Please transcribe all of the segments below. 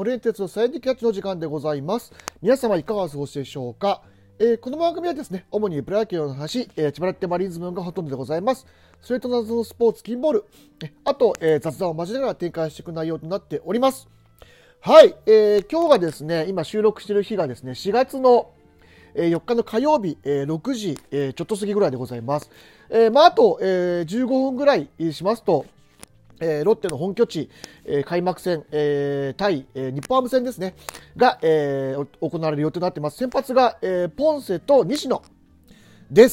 丸円鉄のサイエンティキャッチの時間でございます。皆様いかがお過ごしでしょうか。この番組はですね、主にプロ野球の話、千葉ロッテマリーンズ分がほとんどでございます。それと謎のスポーツ、キンボール、あと、雑談を交えながら展開していく内容となっております。はい、今日がですね、今収録している日がですね、4月の4日の火曜日、6時、ちょっと過ぎぐらいでございます。あと、15分ぐらいしますと、ロッテの本拠地、開幕戦、対、日本ハム戦ですね、が、行われる予定になっています。先発が、ポンセと西野です。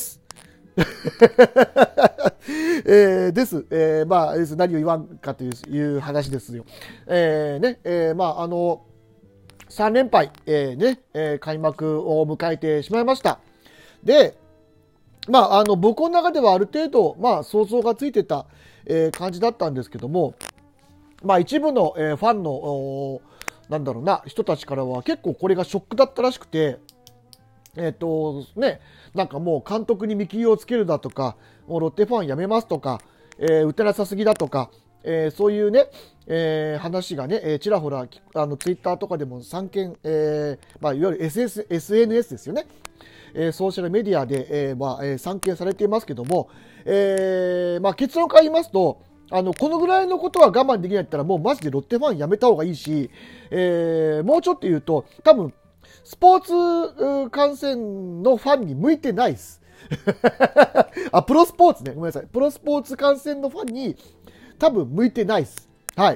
です。何を言わんかという話ですよ。3連敗、開幕を迎えてしまいました。で、僕の中ではある程度、想像がついてた、感じだったんですけども、一部の、ファンの、人たちからは結構これがショックだったらしくて、なんかもう監督に見切りをつけるだとか、もうロッテファンやめますとか、打てなさすぎだとか、そういうね、話がね、ちらほらツイッターとかでも散見、いわゆる SNS ですよね。ソーシャルメディアで、散見されていますけども、結論から言いますと、このぐらいのことは我慢できないったらもうマジでロッテファンやめた方がいいし、もうちょっと言うと多分スポーツ観戦のファンに向いてないです。プロスポーツね。ごめんなさい。プロスポーツ観戦のファンに多分向いてないです。はい。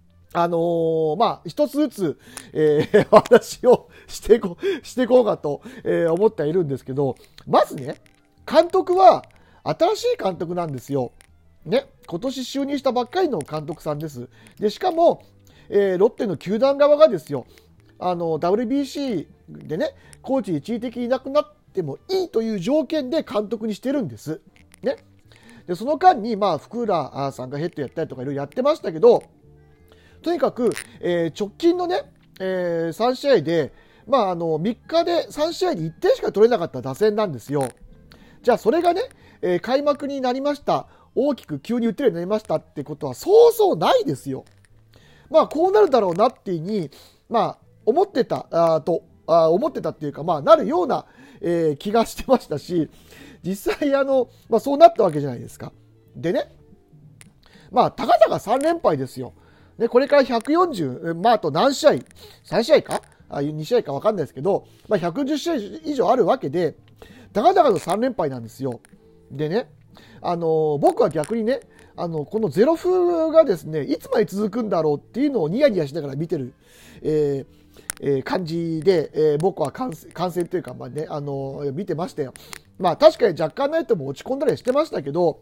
一つずつ、話をしていこうかと、思ってはいるんですけど、まずね、監督は新しい監督なんですよ。ね、今年就任したばっかりの監督さんです。で、しかも、ロッテの球団側がですよ、WBC でね、コーチ一時的にいなくなってもいいという条件で監督にしてるんです。ね。で、その間に、福浦さんがヘッドやったりとかいろいろやってましたけど、とにかく、直近のね、3試合で、3日で3試合に1点しか取れなかった打線なんですよ。じゃあそれがね、開幕になりました。大きく急に打てるようになりましたってことはそうそうないですよ。こうなるだろうなっていうふうに、思ってたっていうか、なるような、気がしてましたし、実際そうなったわけじゃないですか。でね、たかだか3連敗ですよ。ね、これから140、あと何試合 ?3 試合か2試合か分かんないですけど、110試合以上あるわけで、たかだかの3連敗なんですよ。でね、僕は逆にね、このゼロ風がですね、いつまで続くんだろうっていうのをニヤニヤしながら見てる、感じで、僕は観戦というか、見てましたよ。確かに若干ないとも落ち込んだりしてましたけど、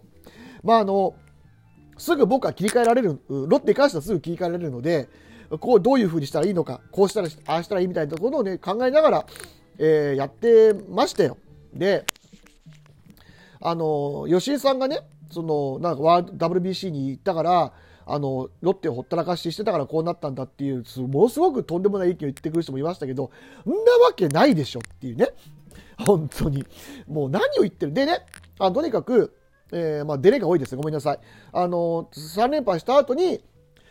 すぐ僕は切り替えられる、ロッテに関してはすぐ切り替えられるので、こうどういう風にしたらいいのか、こうしたらああしたらいいみたいなことをね、考えながら、やってましたよ。で、吉井さんがね、WBC に行ったから、ロッテをほったらかししてたからこうなったんだっていう、ものすごくとんでもない意見を言ってくる人もいましたけど、んなわけないでしょっていうね。本当に。もう何を言ってる。でね、とにかく、デレが多いですね。ごめんなさい。3連敗した後に、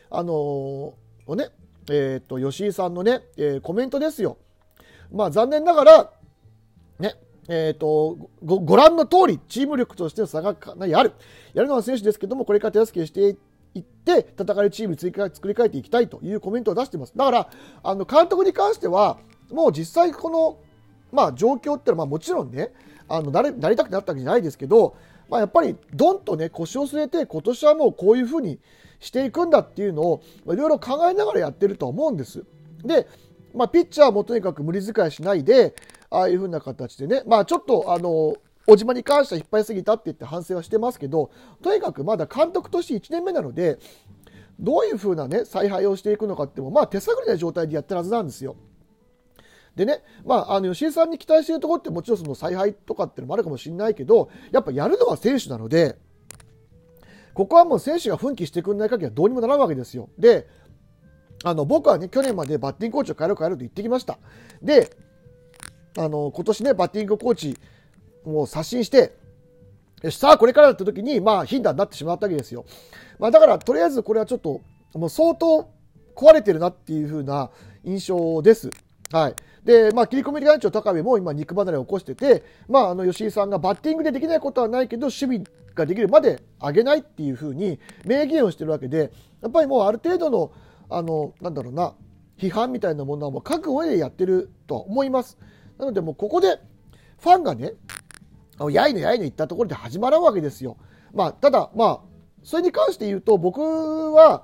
吉井さんのね、コメントですよ。残念ながら、ね、ご覧の通り、チーム力としての差がかなりある。やるのは選手ですけども、これから手助けしていって、戦えるチームに作り変えていきたいというコメントを出しています。だから、監督に関しては、もう実際この、状況ってのは、もちろんね、なりたくなったわけじゃないですけど、やっぱりドンとね腰を据えて今年はもうこういう風にしていくんだっていうのをいろいろ考えながらやってると思うんです。で、ピッチャーもとにかく無理遣いしないでああいう風な形でね、ちょっと小島に関しては引っ張りすぎたって言って反省はしてますけど、とにかくまだ監督として1年目なのでどういう風なね采配をしていくのかっても手探りな状態でやってるはずなんですよ。でね、吉井さんに期待しているところってもちろんその采配とかっていうのもあるかもしれないけど、やっぱやるのは選手なので、ここはもう選手が奮起してくれない限りはどうにもならんわけですよ。で、僕はね、去年までバッティングコーチを変えると言ってきました。で、今年ね、バッティングコーチを刷新して、さあこれからだって時に、ヒンダーになってしまったわけですよ。だから、とりあえずこれはちょっと、もう相当、 壊れてるなっていう風な印象です。はい。で、切り込み隊長高部も今肉離れを起こしてて、吉井さんがバッティングでできないことはないけど、守備ができるまで上げないっていう風に明言をしてるわけで、やっぱりもうある程度の、批判みたいなものはもう覚悟でやってるとは思います。なのでもうここで、ファンがね、やいの言ったところで始まらんわけですよ。ただ、それに関して言うと、僕は、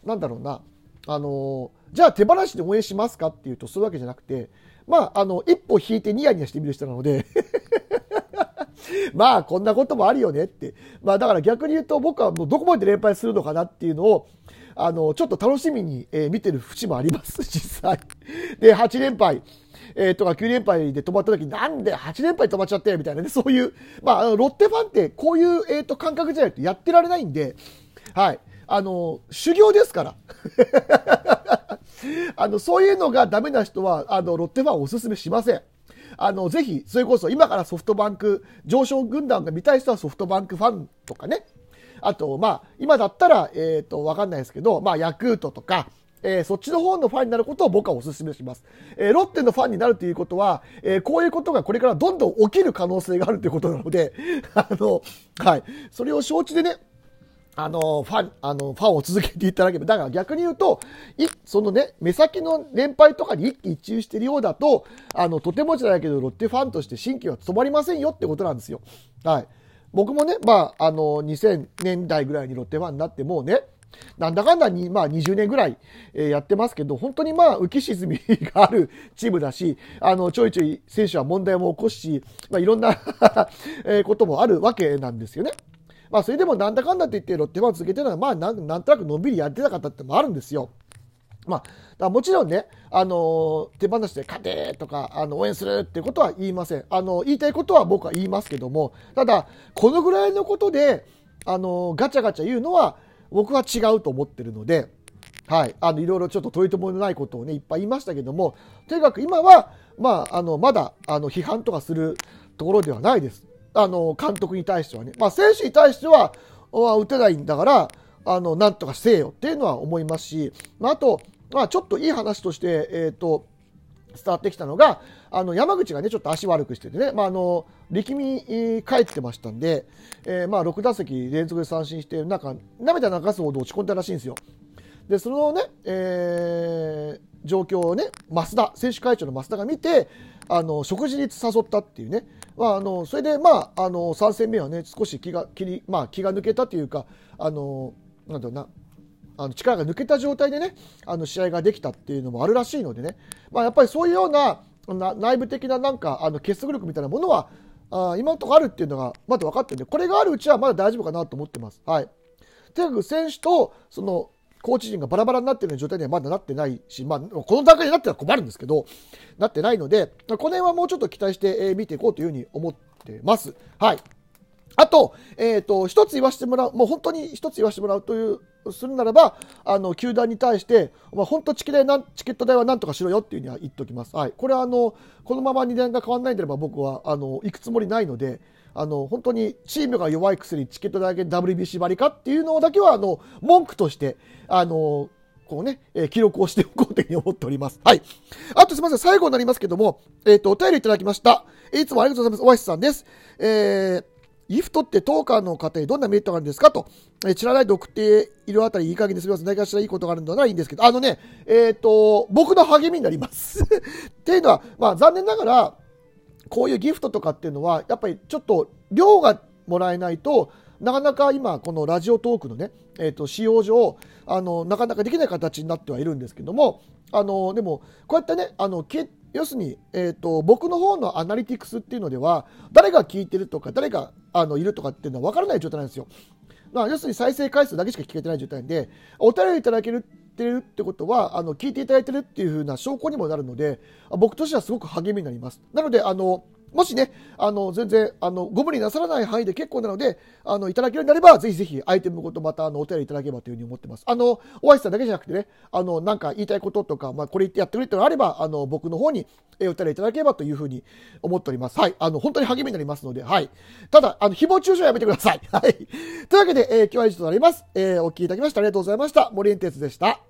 じゃあ手放しで応援しますかっていうと、そういうわけじゃなくて、一歩引いてニヤニヤしてみる人なので、こんなこともあるよねって。だから逆に言うと、僕はもうどこまで連敗するのかなっていうのを、ちょっと楽しみに、見てる節もあります、実際。で、8連敗。とか9連敗で止まった時になんで8連敗止まっちゃってみたいなね、そういう、ロッテファンってこういう、感覚じゃないとやってられないんで、はい。修行ですから。そういうのがダメな人は、ロッテファンおすすめしません。ぜひ、それこそ今からソフトバンク、上昇軍団が見たい人はソフトバンクファンとかね。あと、今だったら、わかんないですけど、ヤクルトとか、そっちの方のファンになることを僕はお勧めします。ロッテのファンになるということは、こういうことがこれからどんどん起きる可能性があるということなので、はい。それを承知でね、ファンを続けていただければ、だから逆に言うと、そのね、目先の連敗とかに一喜一憂しているようだと、とてもじゃないけど、ロッテファンとして新規は務まりませんよってことなんですよ。はい。僕もね、2000年代ぐらいにロッテファンになってもうね、なんだかんだに、20年ぐらい、やってますけど、本当に浮き沈みがあるチームだし、ちょいちょい選手は問題も起こすし、いろんなこともあるわけなんですよね。それでもなんだかんだって言ってロッテファン続けてるのは、なんとなくのんびりやってなかったってのもあるんですよ。だからもちろんね、手放しで勝てとか、応援するってことは言いません。言いたいことは僕は言いますけども、ただ、このぐらいのことで、ガチャガチャ言うのは、僕は違うと思ってるので、はい。いろいろちょっと取り留めのないことをね、いっぱい言いましたけども、とにかく今は、まだ、批判とかするところではないです。監督に対してはね。選手に対しては、打てないんだから、なんとかせえよっていうのは思いますし、あと、ちょっといい話として、伝わってきたのが、山口がね、ちょっと足悪くしててね、力み帰ってましたんで、6打席連続で三振して、涙流すほど落ち込んだらしいんですよ。で、そのね、状況をね、選手会長の増田が見て、食事に誘ったっていうね。それで、3戦目はね、少し気が抜けたというか、なんだろうな、力が抜けた状態でね、試合ができたっていうのもあるらしいのでね。やっぱりそういうような、内部的な結束力みたいなものは、今のところあるっていうのがまだ分かってるんで、これがあるうちはまだ大丈夫かなと思ってます。はい。とにかく選手と、コーチ陣がバラバラになっている状態にはまだなってないし、この段階になっては困るんですけど、なってないので、この辺はもうちょっと期待して、見ていこうというふうに思ってます。はい。あと、一つ言わせてもらう、もう本当に一つ言わせてもらうという、するならば、球団に対して、本当チケット代は何とかしろよっていうふうには言っておきます。はい。これはこのまま2年が変わらないんであれば僕は、行くつもりないので、本当にチームが弱いくせにチケット代だけ WBC 割りかっていうのだけは、文句として、こうね、記録をしておこうというふうに思っております。はい。あとすみません、最後になりますけども、お便りいただきました。いつもありがとうございます。オアシスさんです。ギフトってトーカーの方にどんなメリットがあるんですかと、知らないで送っているあたりいい加減ですみません。何かしらいいことがあるのならいいんですけど、僕の励みになります。っていうのは、残念ながら、こういうギフトとかっていうのは、やっぱりちょっと量がもらえないと、なかなか今、このラジオトークのね、使用上、なかなかできない形になってはいるんですけども、でも、こうやってね、要するに、僕の方のアナリティクスっていうのでは、誰が聞いてるとか、誰がいるとかっていうのは分からない状態なんですよ。要するに再生回数だけしか聞けてない状態で、お便りいただけるってことは、聞いていただいてるっていう風な証拠にもなるので、僕としてはすごく励みになります。なので、もしね、全然、ご無理なさらない範囲で結構なので、いただけるようになれば、ぜひぜひアイテムごとまた、お便りいただければというふうに思ってます。お会いしただけじゃなくてね、なんか言いたいこととか、これ言ってやってくれってのがあれば、僕の方に、お便りいただければというふうに思っております。はい。本当に励みになりますので、はい。ただ、誹謗中傷はやめてください。はい。というわけで、今日は以上となります。お聞きいただきましてありがとうございました。森エンテツでした。